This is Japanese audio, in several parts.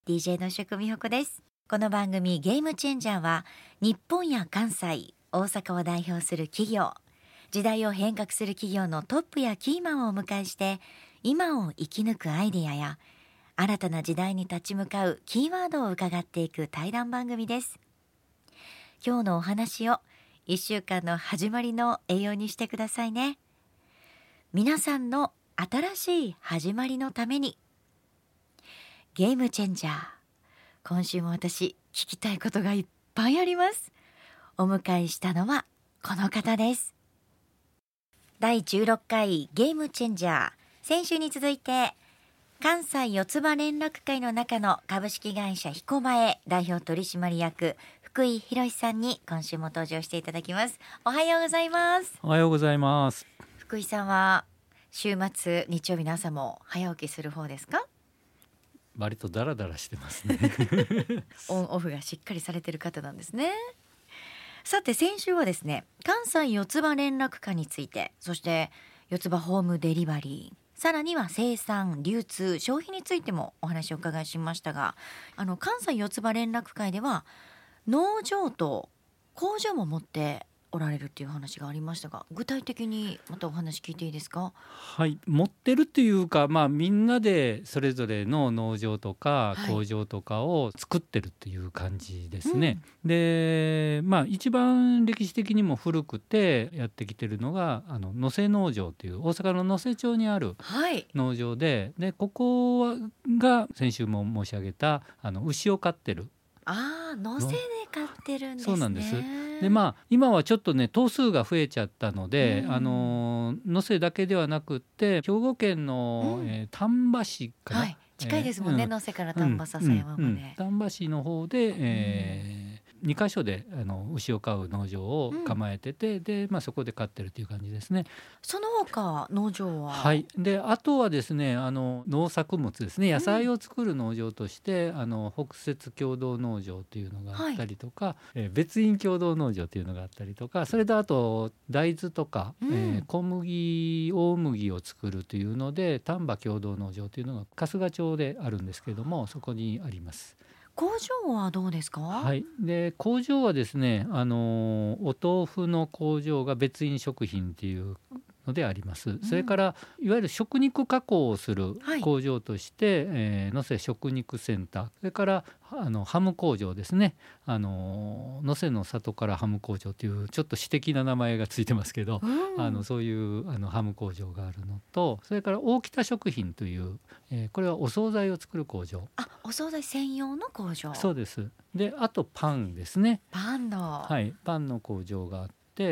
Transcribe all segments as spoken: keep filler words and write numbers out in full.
ディージェー の職美穂子です。この番組ゲームチェンジャーは日本や関西、大阪を代表する企業、時代を変革する企業のトップやキーマンをお迎えして今を生き抜くアイデアや新たな時代に立ち向かうキーワードを伺っていく対談番組です。今日のお話をいっしゅうかんの始まりの栄養にしてくださいね。皆さんの新しい始まりのためにゲームチェンジャー、今週も私聞きたいことがいっぱいあります。お迎えしたのはこの方です。だいじゅうろっかいゲームチェンジャー、先週に続いて関西四つ葉連絡会の中の株式会社彦前代表取締役福井博さんに今週も登場していただきます。おはようございます。 おはようございます。 福井さんは週末日曜日の朝も早起きする方ですか？ 割とダラダラしてますねオンオフがしっかりされてる方なんですね。さて先週はですね、関西四つ葉連絡課について、そして四つ葉ホームデリバリー、さらには生産、流通、消費についてもお話をお伺いしましたが、あの関西四つ葉連絡会では農場と工場も持っておられるっていう話がありましたが、具体的にまたお話聞いていいですか？ はい、持ってるっていうか、まあ、みんなでそれぞれの農場とか工場とかを作ってるっていう感じですね、うん、で、まあ、一番歴史的にも古くてやってきてるのがあの能勢農場っていう大阪の能勢町にある農場で、はい、でここが先週も申し上げたあの牛を飼ってる。 ああ、能勢で飼ってるんですね。 そうなんです。で、まあ、今はちょっとね頭数が増えちゃったので、うん、あの能勢だけではなくって兵庫県の、うんえー、丹波市かな、 はい、近いですもんね、能勢、うん、から丹波篠山まで、うんうん、 丹波市の方で、えーにか所であの牛を飼う農場を構えてて、うんでまあ、そこで飼ってるという感じですね。 その他農場は、 はい、であとはですねあの農作物ですね、野菜を作る農場として、うん、あの北摂共同農場というのがあったりとか、はいえー、別院共同農場というのがあったりとか、それとあと大豆とか、うんえー、小麦大麦を作るというので丹波共同農場というのが春日町であるんですけども、そこにあります。 工場はどうですか？ はい、で工場はですね、あのお豆腐の工場が別院食品っていうのであります、うん、それからいわゆる食肉加工をする工場として、はいえー、能勢食肉センター、それからあのハム工場ですね、あの能勢の里からハム工場というちょっと私的な名前がついてますけど、うん、あのそういうあのハム工場があるのと、それから大北食品という、えー、これはお惣菜を作る工場。 あ、お惣菜専用の工場。 そうです。であとパンですね。 パンの、 はい、パンの工場があって、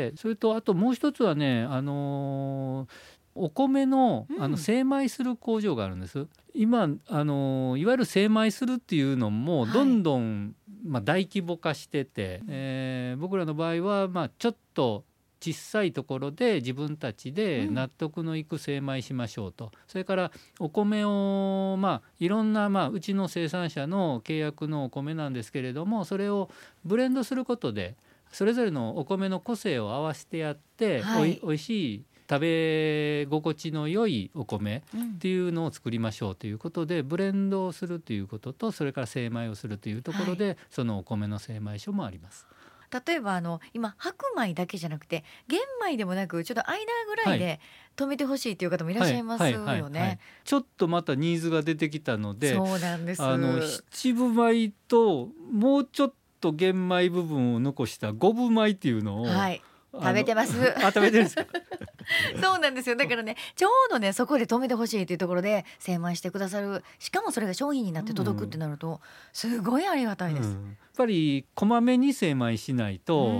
それとあともう一つはね、あのー、お米の、あの精米する工場があるんです、うん、今、あのー、いわゆる精米するっていうのもどんどん、はいまあ、大規模化してて、えー、僕らの場合は、まあ、ちょっと小さいところで自分たちで納得のいく精米しましょうと、うん、それからお米を、まあ、いろんな、まあ、うちの生産者の契約のお米なんですけれども、それをブレンドすることでそれぞれのお米の個性を合わせてやって、はい、おい、おいしい食べ心地の良いお米っていうのを作りましょうということで、うん、ブレンドをするということと、それから精米をするというところで、はい、そのお米の精米所もあります。 例えばあの今白米だけじゃなくて玄米でもなくちょっと間ぐらいで止めてほしいという方もいらっしゃいますよね。 ちょっとまたニーズが出てきたので、 そうなんです。 あの七分米ともうちょっと玄米部分を残した五分米っていうのを、 はい、食べてます。 あ、食べてるんですか？ そうなんですよ。だからね、ちょうどねそこで止めてほしいというところで精米してくださる、しかもそれが商品になって届くってなると、うん、すごいありがたいです、うん、 やっぱりこまめに精米しないと、うん、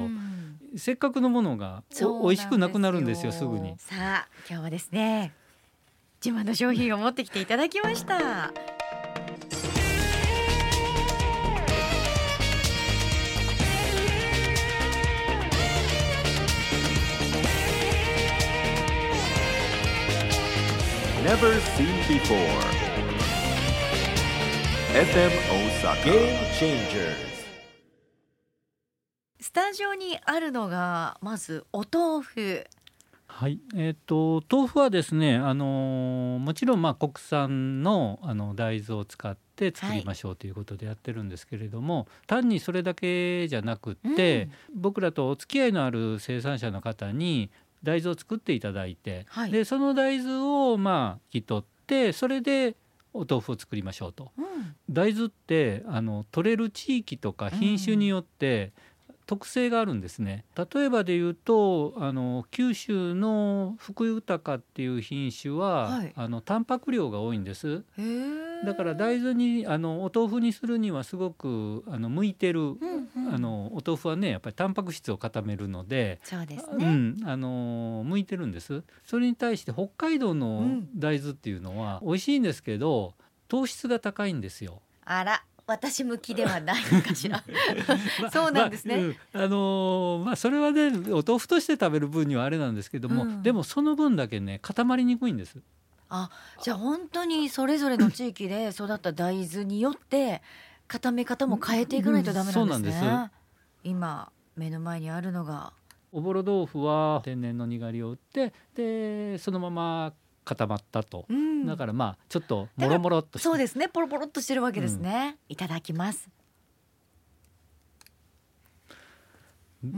せっかくのものがおいしくなくなるんですよ、すぐに。 さあ今日はですね、自慢の商品を持ってきていただきました。 Never seen before エフエム 大阪 Game Changers。 スタジオにあるのがまずお豆腐、 はい、えー、と豆腐はですね、あのーもちろんまあ国産 の, あの大豆を使って作りましょうということでやってるんですけれども、はい、単にそれだけじゃなくって、うん、僕らとお付き合いのある生産者の方に大豆を作っていただいて、はい、でその大豆をまあ引き取ってそれでお豆腐を作りましょうと、うん、大豆ってあの取れる地域とか品種によって、うん特性があるんですね。例えばで言うとあの九州の福豊っていう品種は、はい、あのタンパク量が多いんです。へー。だから大豆にあのお豆腐にするにはすごくあの向いてる、うんうん、あのお豆腐はねやっぱりタンパク質を固めるので、 そうですね、 うん、あの向いてるんです。それに対して北海道の大豆っていうのは美味しいんですけど糖質が高いんですよ。 あら私向きではないのかしらそうなんですね、まあうんあのーまあ、それはねお豆腐として食べる分にはあれなんですけども、うん、でもその分だけね固まりにくいんです。 あじゃあ本当にそれぞれの地域で育った大豆によって固め方も変えていかないとダメなんですね、うん、そうなんです。今目の前にあるのがおぼろ豆腐は天然のにがりを打ってでそのまま固まったと、うん、だからまあちょっとモロモロっとしてそうですねポロポロっとしてるわけですね、うん、いただきます、 うん、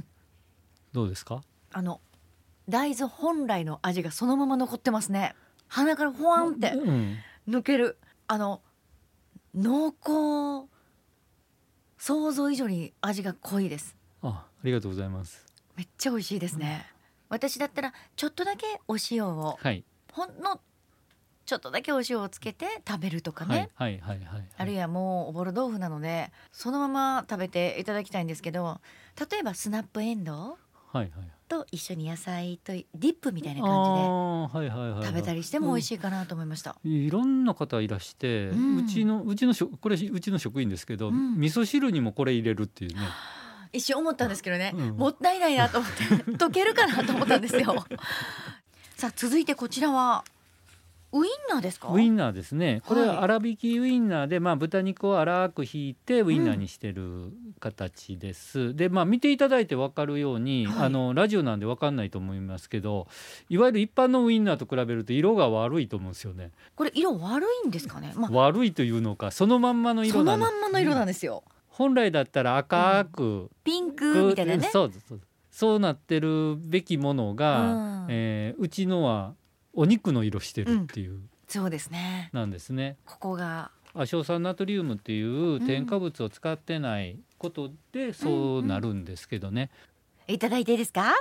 どうですか。 あの大豆本来の味がそのまま残ってますね。鼻からほわんって抜ける、うん、あの濃厚想像以上に味が濃いです。 あ, ありがとうございます。 めっちゃ美味しいですね、うん、私だったらちょっとだけお塩を、はいほんのちょっとだけお塩をつけて食べるとかね、はいはいはいはい、あるいはもうおぼろ豆腐なのでそのまま食べていただきたいんですけど、例えばスナップエンドウと一緒に野菜とディップみたいな感じで食べたりしても美味しいかなと思いました、 うん、いろんな方いらして、うん、うちのうちのこれうちの職員ですけど、うん、味噌汁にもこれ入れるっていうね一瞬思ったんですけどね、うん、もったいないなと思って溶けるかなと思ったんですよさあ続いてこちらはウインナーですか。 ウインナーですね。これは粗挽きウインナーで、まあ、豚肉を粗くひいてウインナーにしてる形です、うん、で、まあ、見ていただいて分かるように、はい、あのラジオなんで分かんないと思いますけどいわゆる一般のウインナーと比べると色が悪いと思うんですよね。 これ色悪いんですかね、まあ、 悪いというのかそのまんまの色なんです。 そのまんまの色なんですよ、うん、 本来だったら赤く、うん、 ピンクみたいなねそうですそうですそうなってるべきものが、うんえー、うちのはお肉の色してるっていう、うん、 そうですねなんですね。 ここが亜硝酸ナトリウムっていう添加物を使ってないことでそうなるんですけどね、 うんうん、いただいていいですか。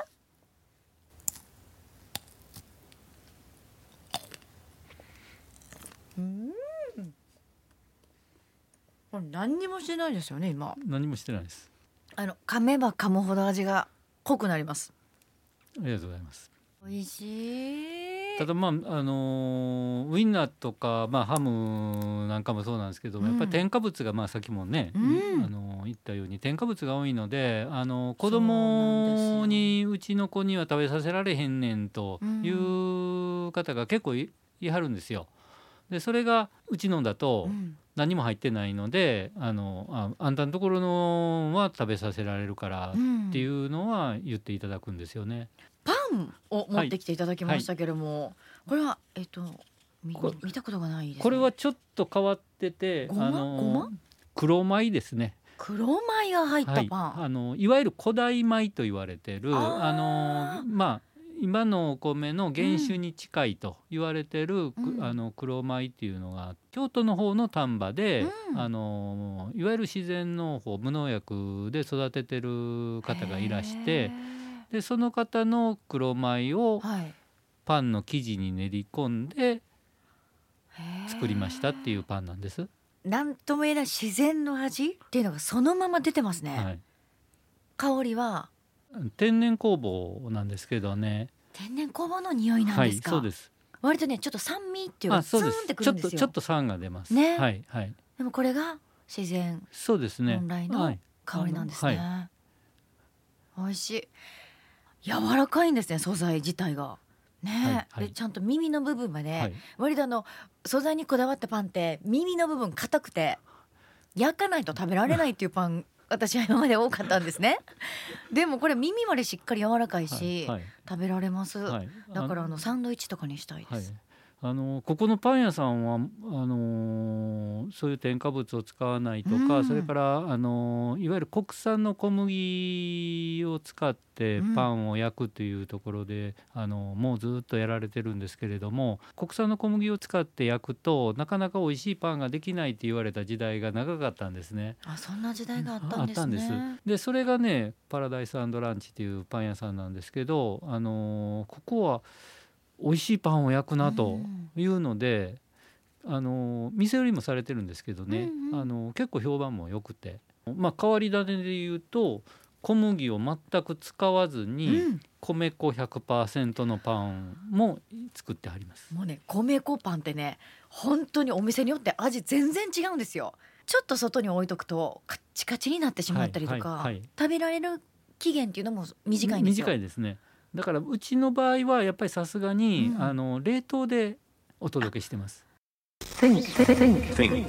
うんこれ何にもしてないですよね。今何もしてないです。 あの噛めば噛むほど味が濃くなります。 ありがとうございます。 美味しい。 ただまああのー、ウインナーとか、まあ、ハムなんかもそうなんですけど、うん、やっぱり添加物がまあさっきもね、うん、あのー、言ったように添加物が多いので、あのー、子供にうちの子には食べさせられへんねんという方が結構 い, いはるんですよ。でそれがうちのだと何も入ってないので、うん、あの あ, あんたのところのは食べさせられるからっていうのは言っていただくんですよね。 パンを持ってきていただきましたけれども、はいはい、これは、えー、と 見, 見たことがないですね。 これはちょっと変わっててごま、あのごま黒米ですね。 黒米が入ったパン、 はい、あのいわゆる古代米と言われてるあの、まあ、今のお米の原種に近いと言われてる、うん、あの黒米っていうのが京都の方の丹波で、うん、あのいわゆる自然農法無農薬で育ててる方がいらして、でその方の黒米をパンの生地に練り込んで作りましたっていうパンなんです。 なんとも言えない自然の味っていうのがそのまま出てますね、はい、香りは天然酵母なんですけどね。 天然酵母の匂いなんですか。 はい、そうです。 割とねちょっと酸味っていうかツーンってくるんですよ。 ちょっとちょっと酸が出ますね、 はいはい、 でもこれが自然そうですね本来の香りなんですね、はい、美味しい。柔らかいんですね素材自体がね、はいはい、でちゃんと耳の部分まで、はい、割とあの素材にこだわったパンって耳の部分硬くて焼かないと食べられないっていうパン私は今まで多かったんですねでもこれ耳までしっかり柔らかいし、 はいはい食べられます、 はい、 だからあのサンドイッチとかにしたいです、 はい、あのここのパン屋さんはあのそういう添加物を使わないとか、 うん、 それからあのいわゆる国産の小麦を使ってパンを焼くというところで、うん、あのもうずっとやられてるんですけれども、国産の小麦を使って焼くとなかなか美味しいパンができないって言われた時代が長かったんですね。 あ、そんな時代があったんですね。 あったんです。でそれがねパラダイス&ランチっていうパン屋さんなんですけど、あのここは美味しいパンを焼くなというので、うん、あの店売りもされてるんですけどね、うんうん、あの結構評判も良くて、まあ、変わり種で言うと小麦を全く使わずに、うん、米粉 ひゃくパーセント のパンも作ってあります。 もうね、米粉パンってね本当にお店によって味全然違うんですよ。ちょっと外に置いとくとカッチカチになってしまったりとか、はいはいはい、食べられる期限っていうのも短いんですよ。 短いですね。だからうちの場合はやっぱりさすがに、うん、あの冷凍でお届けしてます。 Think, think, think.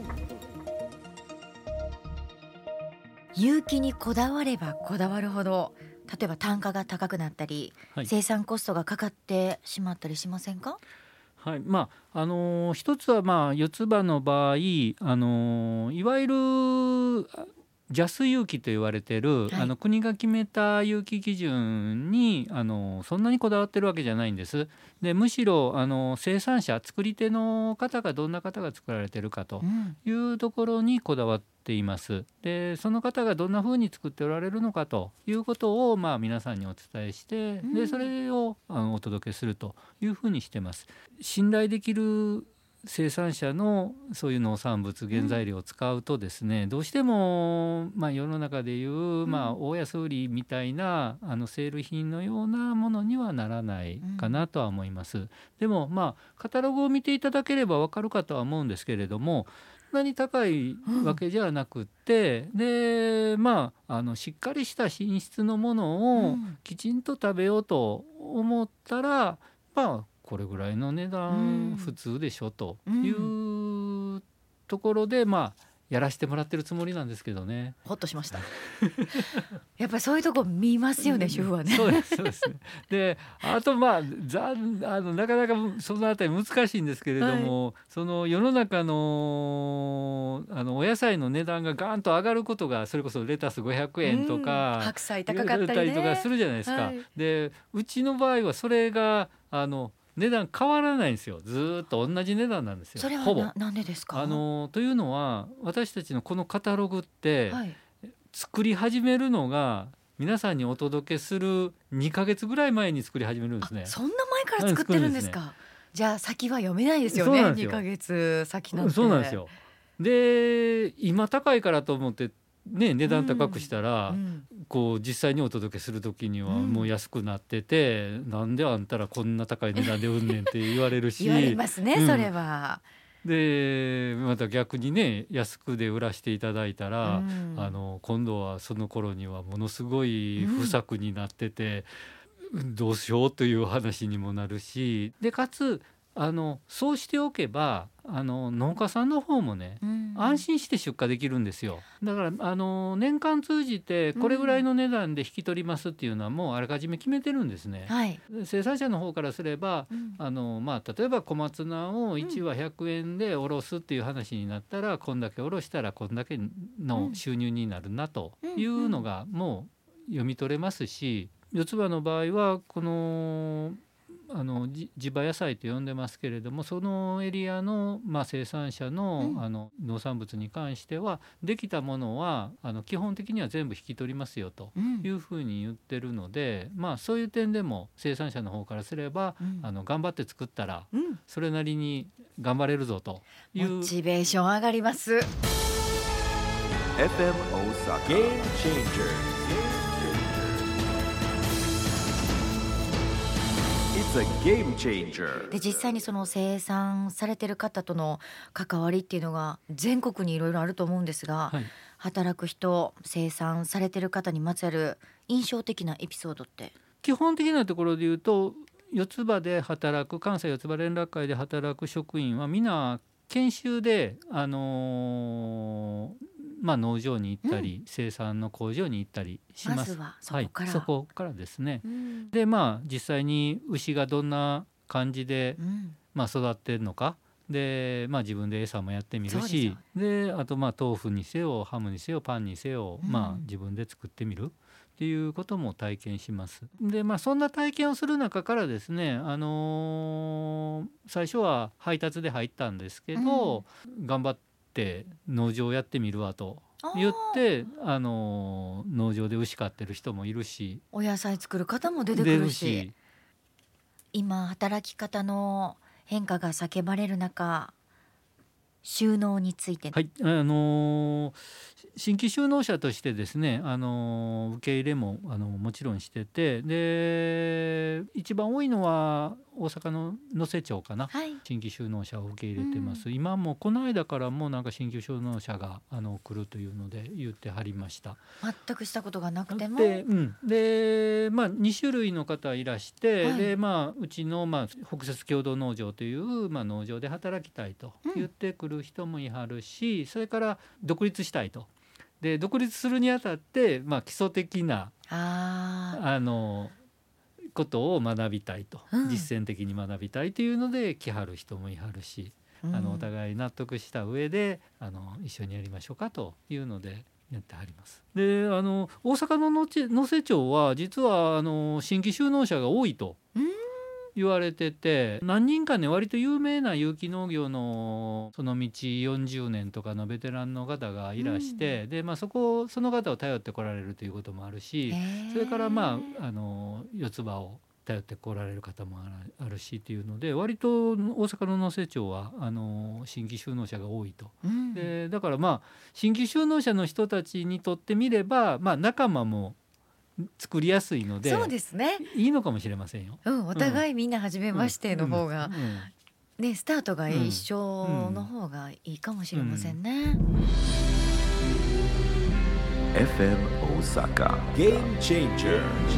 有機にこだわればこだわるほど、例えば単価が高くなったり、はい、生産コストがかかってしまったりしませんか？ はい、まああのー、一つはまあ四つ葉の場合、あのー、いわゆる安有機と言われている、はい、あの国が決めた有機基準にあのそんなにこだわってるわけじゃないんです。でむしろあの生産者作り手の方がどんな方が作られてるかというところにこだわっています。でその方がどんなふうに作っておられるのかということを、まあ、皆さんにお伝えして、でそれをあのお届けするというふうにしてます。信頼できる生産者のそういう農産物原材料を使うとですね、うん、どうしても、まあ、世の中でいう、まあ、大安売りみたいなあのセール品のようなものにはならないかなとは思います、うん、でもまあカタログを見ていただければ分かるかとは思うんですけれども、そんなに高いわけじゃなくて、うん、でまああのしっかりした品質のものをきちんと食べようと思ったら、まあこれぐらいの値段普通でしょというところで、まあやらせてもらってるつもりなんですけどね。 ほっとしましたやっぱりそういうとこ見ますよね、主婦はね。 そうですそうですね。であとまあざあのなかなかそのあたり難しいんですけれども、はい、その世の中のあのお野菜の値段がガーンと上がることが、それこそレタスごひゃくえんとか、 うん、白菜高かったりねとかするじゃないですか、はい、でうちの場合はそれがあの値段変わらないんですよ。ずっと同じ値段なんですよ。 それはほぼななんでですか？ あのというのは私たちのこのカタログって、はい、作り始めるのが皆さんにお届けするにかげつぐらい前に作り始めるんですね。 そんな前から作ってるんですか？じゃあ先は読めないですよね。にかげつ先なんて。 そうなんですよ。で今高いからと思ってね、値段高くしたら、うん、こう実際にお届けする時にはもう安くなってて、うん、なんであんたらこんな高い値段で売んねんって言われるし言われますね、うん、それは。 でまた逆にね安くで売らせていただいたら、うん、あの今度はその頃にはものすごい不作になってて、うん、どうしようという話にもなるし、でかつあのそうしておけばあの農家さんの方もね、うん、安心して出荷できるんですよ。だからあの年間通じてこれぐらいの値段で引き取りますっていうのはもうあらかじめ決めてるんですね、はい、生産者の方からすれば、うん、あのまあ、例えば小松菜をいちわひゃくえんで卸すっていう話になったら、うん、こんだけ卸したらこんだけの収入になるなというのがもう読み取れますし、四つ葉の場合はこのあの地場野菜と呼んでますけれども、そのエリアの、まあ、生産者 の,、うん、あの農産物に関してはできたものはあの基本的には全部引き取りますよというふうに言ってるので、うん、まあ、そういう点でも生産者の方からすれば、うん、あの頑張って作ったら、うん、それなりに頑張れるぞというモチベーション上がります。 エフエム 大阪 Game Changer It's a game changer. で実際にその生産されてる方との関わりっていうのが全国にいろいろあると思うんですが、はい、働く人、生産されてる方にまつわる印象的なエピソードって？ 基本的なところで言うと、四つ葉で働く関西四つ葉連絡会で働く職員はみんな研修で、あのーまあ、農場に行ったり、うん、生産の工場に行ったりします。 まずはそこから、 はい、そこからですね、 うん、 でまあ実際に牛がどんな感じで、うんまあ、育ってるのかで、まあ、自分で餌もやってみるし、であとまあ豆腐にせよハムにせよパンにせよ、うんまあ、自分で作ってみるっていうことも体験します。で、まあ、そんな体験をする中からですね、あのー、最初は配達で入ったんですけど、うん、頑張って農場やってみるわと言って、あのー、農場で牛飼ってる人もいるし、 お野菜作る方も出てくるし、今働き方の変化が叫ばれる中、収納について、 はいあのー、新規就農者としてですね、あのー、受け入れもあのもちろんしてて、で一番多いのは大阪の能勢町かな、はい、新規就農者を受け入れてます、うん、今もこの間からもなんか新規就農者があの来るというので言ってはりました。 全くしたことがなくてもで、うんでまあ、に種類の方いらして、はいでまあ、うちの、まあ、北摂共同農場という、まあ、農場で働きたいと言ってくる人もいはるし、うん、それから独立したいと。で独立するにあたって、まあ、基礎的なああのことを学びたいと、うん、実践的に学びたいというので来はる人もいはるし、うん、あのお互い納得した上であの一緒にやりましょうかというのでやってはります。であの大阪の能勢町は実はあの新規就農者が多いと言われてて、何人かね割と有名な有機農業のその道よんじゅうねんとかのベテランの方がいらして、うんでまあ、そこその方を頼ってこられるということもあるし、それからまああの四つ葉を頼ってこられる方もあるしっていうので、割と大阪の能勢町はあの新規就農者が多いと、うん、でだからまあ新規就農者の人たちにとってみれば、まあ、仲間も作りやすいので、 そうですね、 いいのかもしれませんよ、 うん、お互いみんな初めましての方が、うんうんね、スタートが一緒の方がいいかもしれませんね、うんうん、 エフエム 大阪 Game Changer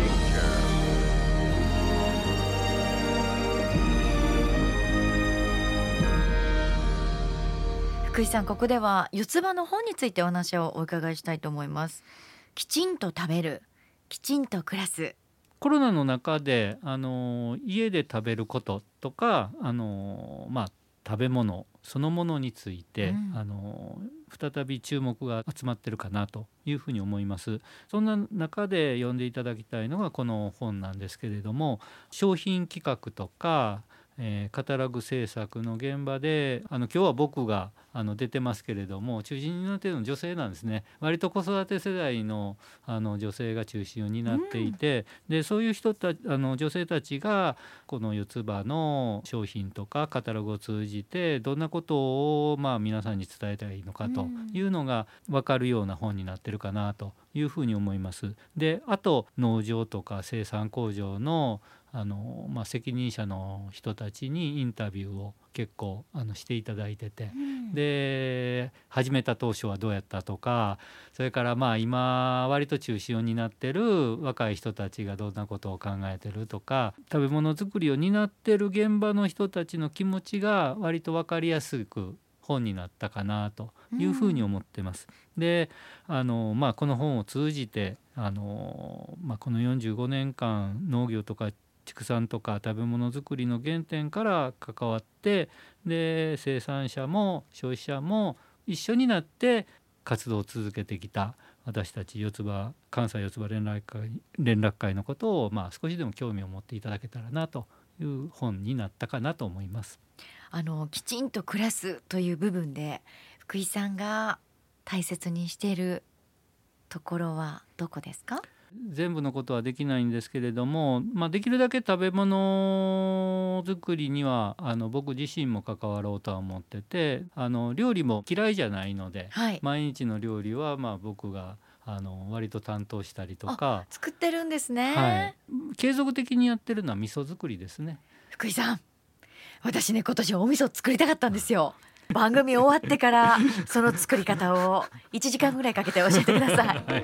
福井さん、ここでは四つ葉の本についてお話をお伺いしたいと思います。きちんと食べる、きちんと暮らす。 コロナの中であの家で食べることとかあの、まあ、食べ物そのものについて、うん、あの再び注目が集まってるかなというふうに思います。そんな中で読んでいただきたいのがこの本なんですけれども、商品企画とかえー、カタログ制作の現場であの今日は僕があの出てますけれども、中心になっているのは女性なんですね。割と子育て世代 の, あの女性が中心になっていて、うん、でそういう人たあの女性たちがこの四つ葉の商品とかカタログを通じてどんなことを、まあ、皆さんに伝えたらいいのかというのが分かるような本になってるかなというふうに思います。であと農場とか生産工場のあのまあ、責任者の人たちにインタビューを結構あのしていただいてて、うん、で始めた当初はどうやったとか、それからまあ今割と中心を担ってる若い人たちがどんなことを考えてるとか、食べ物作りを担ってる現場の人たちの気持ちが割と分かりやすく本になったかなというふうに思ってます。うん、であの、まあ、この本を通じてあの、まあ、このよんじゅうごねんかん農業とか畜産とか食べ物作りの原点から関わって、で生産者も消費者も一緒になって活動を続けてきた私たち四つ葉関西四つ葉連絡会連絡会のことを、まあ、少しでも興味を持っていただけたらなという本になったかなと思います。 あのきちんと暮らすという部分で福井さんが大切にしているところはどこですか？ 全部のことはできないんですけれども、まあ、できるだけ食べ物作りにはあの僕自身も関わろうとは思ってて、あの料理も嫌いじゃないので、はい、毎日の料理はまあ僕があの割と担当したりとか。 作ってるんですね、 はい、継続的にやってるのは味噌作りですね。 福井さん、私ね今年お味噌作りたかったんですよ。番組終わってからその作り方をいちじかんぐらいかけて教えてください。はいはい、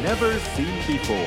never seen before.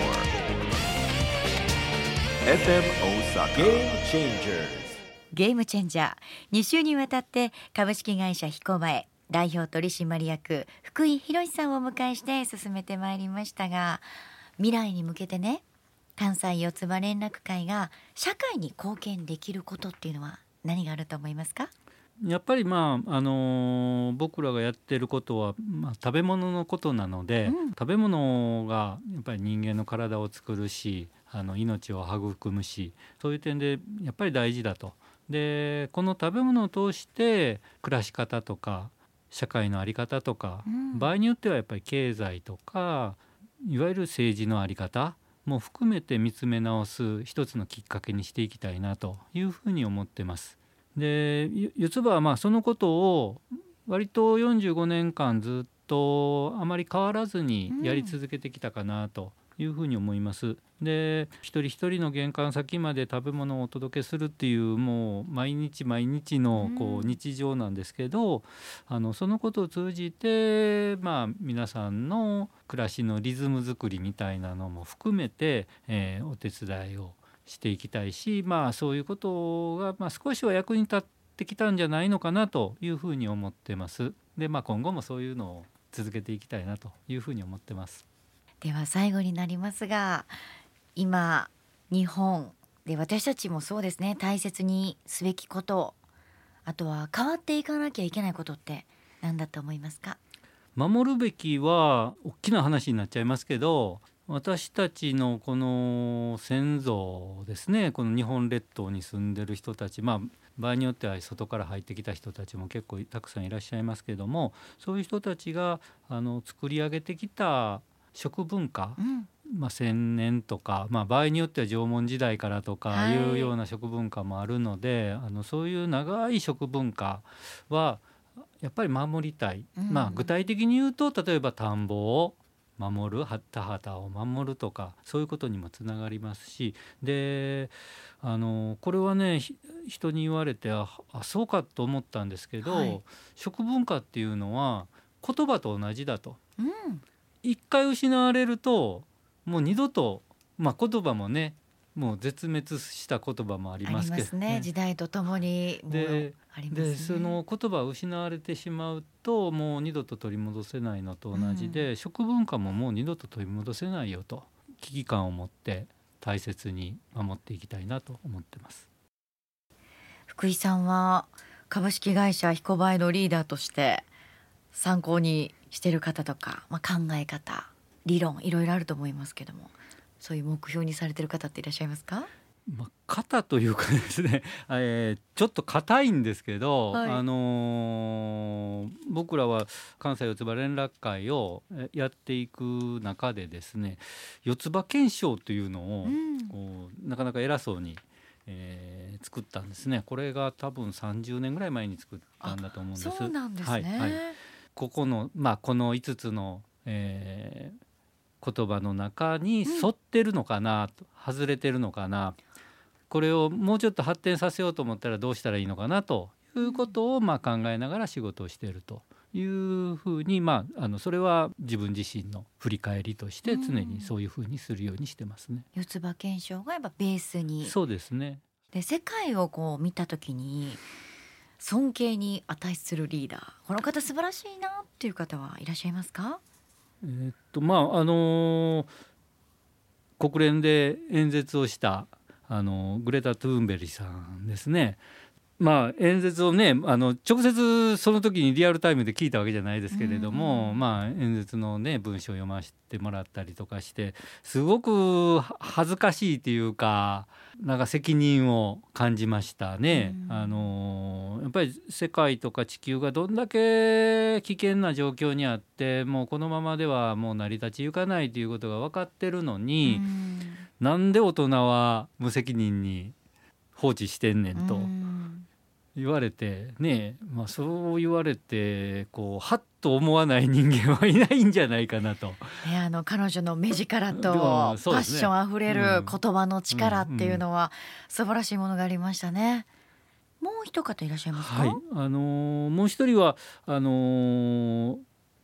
エフエム Osaka Game Changers。 ゲームチェンジャー、に週にわたって株式会社彦前代表取締役福井博さんをお迎えして進めてまいりましたが、未来に向けてね、関西四つ葉連絡会が社会に貢献できることっていうのは何があると思いますか？ やっぱりまああのー僕らがやってることは、まあ、食べ物のことなので、 うん食べ物がやっぱり人間の体を作るし、あの命を育むし、そういう点でやっぱり大事だと。でこの食べ物を通して暮らし方とか社会の在り方とか、 うん場合によってはやっぱり経済とかいわゆる政治の在り方も含めて見つめ直す一つのきっかけにしていきたいなというふうに思ってます。でゆ四つ葉はまあそのことを割とよんじゅうごねんかんずっとあまり変わらずにやり続けてきたかなというふうに思います。で一人一人の玄関先まで食べ物をお届けするっていうもう毎日毎日のこう日常なんですけど、あのそのことを通じて、まあ、皆さんの暮らしのリズム作りみたいなのも含めて、えーお手伝いをしていきたいし、まあ、そういうことが、まあ、少しは役に立ってきたんじゃないのかなというふうに思ってます。で、まあ、今後もそういうのを続けていきたいなというふうに思ってます。 では最後になりますが、今日本で私たちもそうですね、大切にすべきこと、あとは変わっていかなきゃいけないことって何だと思いますか？ 守るべきは大きな話になっちゃいますけど、私たちのこの先祖ですね、この日本列島に住んでる人たち、まあ、場合によっては外から入ってきた人たちも結構たくさんいらっしゃいますけども、そういう人たちがあの作り上げてきた食文化、 うんまあ、千年とか、まあ、場合によっては縄文時代からとかはいいうような食文化もあるので、あのそういう長い食文化はやっぱり守りたい、 うんまあ、具体的に言うと例えば田んぼを守る、田畑を守るとか、そういうことにもつながりますし、であのこれはねひ人に言われてああそうかと思ったんですけど、 はい食文化っていうのは言葉と同じだと。 うん一回失われるともう二度と、まあ、言葉もねもう絶滅した言葉もありありますけどますね、時代とともにもうでありますね。 でその言葉を失われてしまうともう二度と取り戻せないのと同じで、食文化ももう二度と取り戻せないよと危機感を持って大切に守っていきたいなと思ってます。 福井さんは株式会社彦前のリーダーとして参考にしている方とか、まあ、考え方理論いろいろあると思いますけども、そういう目標にされている方っていらっしゃいますか？ まあ、肩というかですね、えーちょっと硬いんですけど、 はいあのー僕らは関西四つ葉連絡会をえやっていく中でですね、四つ葉憲章というのを、 うんこうなかなか偉そうに、えー作ったんですね。これが多分さんじゅうねんぐらい前に作ったんだと思うんです。 そうなんですね、 はいはい、ここの、まあ、このいつつの、えー言葉の中に沿ってるのかな、うん、外れてるのかな、これをもうちょっと発展させようと思ったらどうしたらいいのかなということをまあ考えながら仕事をしているというふうに、まあ、あのそれは自分自身の振り返りとして常にそういうふうにするようにしてますね。 四つ葉憲章がやっぱベースに、 そうですね。 で世界をこう見た時に尊敬に値するリーダー、この方素晴らしいなっていう方はいらっしゃいますか？ えーっとまああのー国連で演説をしたあのグレタ・トゥーンベリさんですね。まあ、演説をねあの直接その時にリアルタイムで聞いたわけじゃないですけれども、まあ、演説のね文章を読ませてもらったりとかしてすごく恥ずかしいというかなんか責任を感じましたね。あのやっぱり世界とか地球がどんだけ危険な状況にあってもうこのままではもう成り立ち行かないということが分かってるのに、なんで大人は無責任に放置してんねんと言われてね、まあ、そう言われてこうはっと思わない人間はいないんじゃないかなと、 ね、あの彼女の目力とでもパそうですねッションあふれる言葉の力っていうのは素晴らしいものがありましたね。もう一方いらっしゃいますか？ はい、あのーもう一人はあのー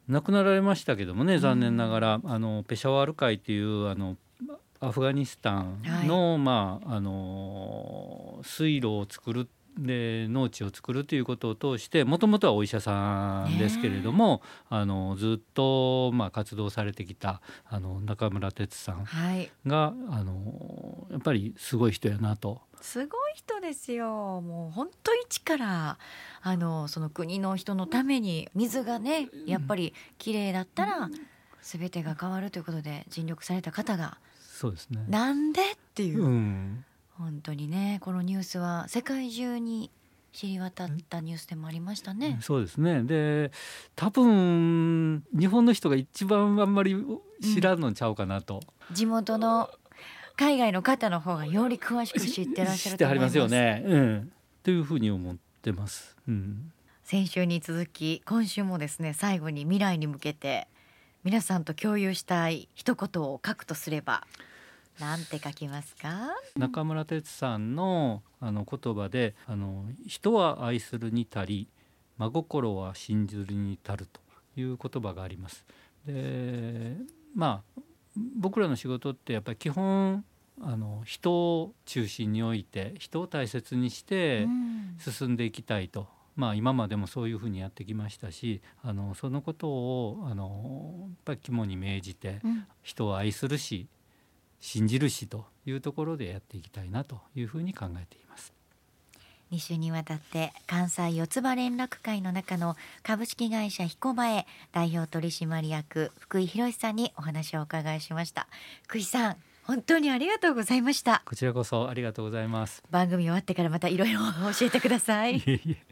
亡くなられましたけどもね、残念ながら、うん、あのペシャワール会っていうあのアフガニスタンの、はい、まあ、あの水路を作るで農地を作るということを通して、もともとはお医者さんですけれども、あのずっと、まあ、活動されてきたあの中村哲さんが、はい、あのやっぱりすごい人やなと。 すごい人ですよ。もう本当一からあのその国の人のために、水がねやっぱりきれいだったら全てが変わるということで尽力された方が、 そうですね、 なんでっていう、うん、本当にね、このニュースは世界中に知り渡ったニュースでもありましたね。 そうですね。で、多分日本の人が一番あんまり知らんのちゃうかなと、 うん、地元の海外の方の方がより詳しく知ってらっしゃると思います。 知ってはりますよね、うん、というふうに思ってます、うん、 先週に続き今週もですね、最後に未来に向けて皆さんと共有したい一言を書くとすればなんて書きますか？ 中村哲さんのあの言葉で、あの人は愛するに足り真心は信ずるに足るという言葉があります。で、まあ僕らの仕事ってやっぱり基本あの人を中心に置いて人を大切にして進んでいきたいと、うん、まあ、今までもそういうふうにやってきましたし、あのそのことをあのやっぱり肝に銘じて、うん、人を愛するし信じるしというところでやっていきたいなというふうに考えています。 に週にわたって関西四つ葉連絡会の中の株式会社ひこばえ代表取締役福井博さんにお話をお伺いしました。福井さん、本当にありがとうございました。 こちらこそありがとうございます。 番組終わってからまたいろいろ教えてください。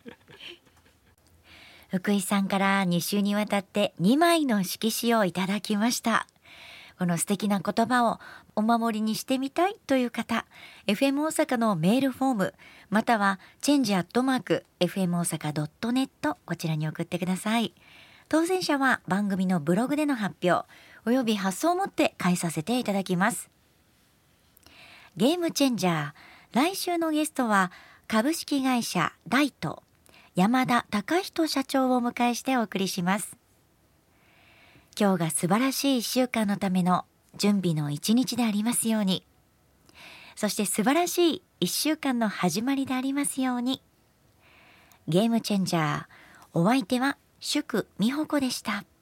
福井さんからに週にわたってにまいの色紙をいただきました。この素敵な言葉をお守りにしてみたいという方、 エフエム 大阪のメールフォームまたはチェンジアットマーク エフエム 大阪 ドットネット こちらに送ってください。当選者は番組のブログでの発表および発送をもって返させていただきます。ゲームチェンジャー、来週のゲストは株式会社ライト山田貴人社長をお迎えしてお送りします。今日が素晴らしいいっしゅうかんのための準備の一日でありますように、そして素晴らしいいっしゅうかんの始まりでありますように。ゲームチェンジャー、お相手は祝美穂子でした。